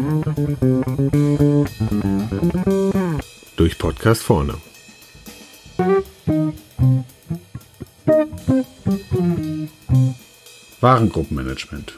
Durch Podcast vorne. Warengruppenmanagement.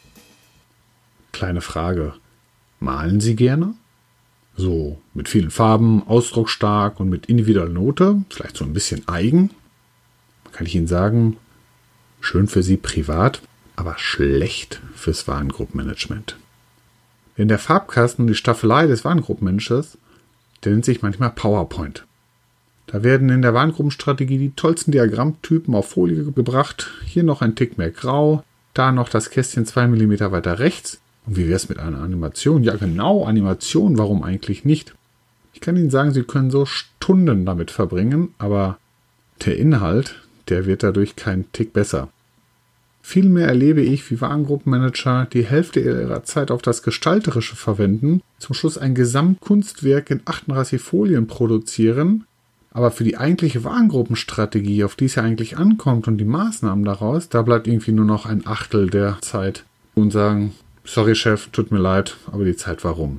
Kleine Frage. Malen Sie gerne? So mit vielen Farben, ausdrucksstark und mit individueller Note, vielleicht so ein bisschen eigen? Kann ich Ihnen sagen, schön für Sie privat, aber schlecht fürs Warengruppenmanagement. Denn der Farbkasten und die Staffelei des Warengruppenmanagers, der nennt sich manchmal PowerPoint. Da werden in der Warengruppenstrategie die tollsten Diagrammtypen auf Folie gebracht. Hier noch ein Tick mehr grau, da noch das Kästchen 2 mm weiter rechts. Und wie wäre es mit einer Animation? Ja genau, Animation, warum eigentlich nicht? Ich kann Ihnen sagen, Sie können so Stunden damit verbringen, aber der Inhalt, der wird dadurch keinen Tick besser. Vielmehr erlebe ich, wie Warengruppenmanager die Hälfte ihrer Zeit auf das Gestalterische verwenden, zum Schluss ein Gesamtkunstwerk in 38 Folien produzieren, aber für die eigentliche Warengruppenstrategie, auf die es ja eigentlich ankommt und die Maßnahmen daraus, da bleibt irgendwie nur noch ein Achtel der Zeit und sagen, sorry Chef, tut mir leid, aber die Zeit war rum.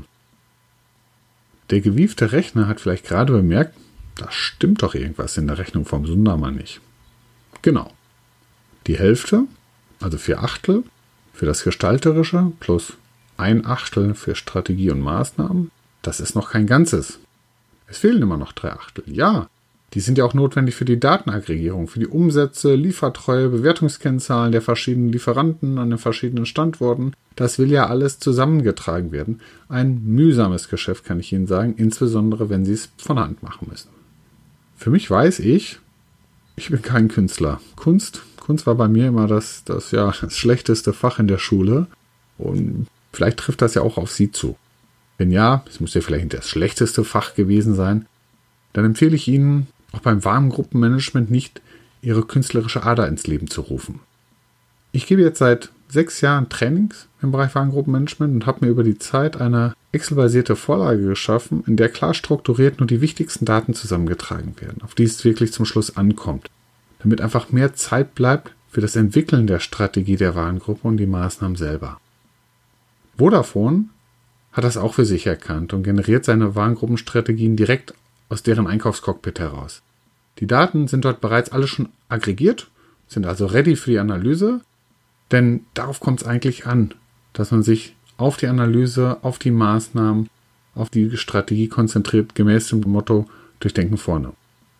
Der gewiefte Rechner hat vielleicht gerade bemerkt, da stimmt doch irgendwas in der Rechnung vom Sundermann nicht. Genau. Die Hälfte, also 4/8 für das Gestalterische plus 1/8 für Strategie und Maßnahmen, das ist noch kein Ganzes. Es fehlen immer noch 3/8. Ja, die sind ja auch notwendig für die Datenaggregierung, für die Umsätze, Liefertreue, Bewertungskennzahlen der verschiedenen Lieferanten an den verschiedenen Standorten. Das will ja alles zusammengetragen werden. Ein mühsames Geschäft, kann ich Ihnen sagen, insbesondere wenn Sie es von Hand machen müssen. Für mich weiß ich bin kein Künstler. Kunst war bei mir immer das schlechteste Fach in der Schule. Und vielleicht trifft das ja auch auf Sie zu. Wenn ja, es muss ja vielleicht das schlechteste Fach gewesen sein, dann empfehle ich Ihnen, auch beim Warengruppenmanagement nicht Ihre künstlerische Ader ins Leben zu rufen. Ich gebe jetzt seit 6 Jahren Trainings im Bereich Warengruppenmanagement und habe mir über die Zeit eine Excel-basierte Vorlage geschaffen, in der klar strukturiert nur die wichtigsten Daten zusammengetragen werden, auf die es wirklich zum Schluss ankommt, damit einfach mehr Zeit bleibt für das Entwickeln der Strategie der Warengruppe und die Maßnahmen selber. Vodafone hat das auch für sich erkannt und generiert seine Warengruppenstrategien direkt aus deren Einkaufscockpit heraus. Die Daten sind dort bereits alle schon aggregiert, sind also ready für die Analyse, denn darauf kommt es eigentlich an, dass man sich auf die Analyse, auf die Maßnahmen, auf die Strategie konzentriert, gemäß dem Motto Durchdenken vorne.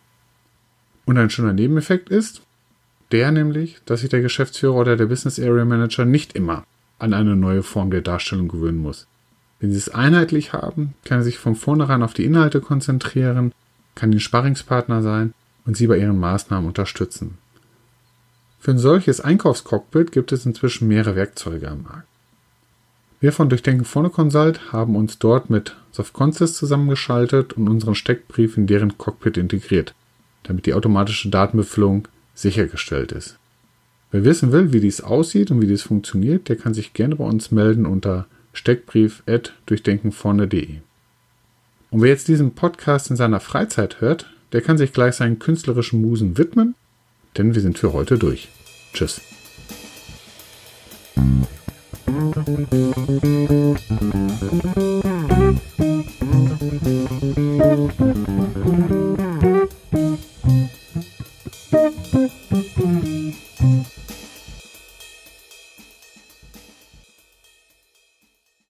Und ein schöner Nebeneffekt ist der nämlich, dass sich der Geschäftsführer oder der Business Area Manager nicht immer an eine neue Form der Darstellung gewöhnen muss. Wenn Sie es einheitlich haben, kann er sich von vornherein auf die Inhalte konzentrieren, kann Ihr Sparringspartner sein und Sie bei Ihren Maßnahmen unterstützen. Für ein solches Einkaufscockpit gibt es inzwischen mehrere Werkzeuge am Markt. Wir von Durchdenken vorne Consult haben uns dort mit SoftConsist zusammengeschaltet und unseren Steckbrief in deren Cockpit integriert, damit die automatische Datenbefüllung sichergestellt ist. Wer wissen will, wie dies aussieht und wie dies funktioniert, der kann sich gerne bei uns melden unter steckbrief@durchdenkenvorne.de. Und wer jetzt diesen Podcast in seiner Freizeit hört, der kann sich gleich seinen künstlerischen Musen widmen, denn wir sind für heute durch. Tschüss.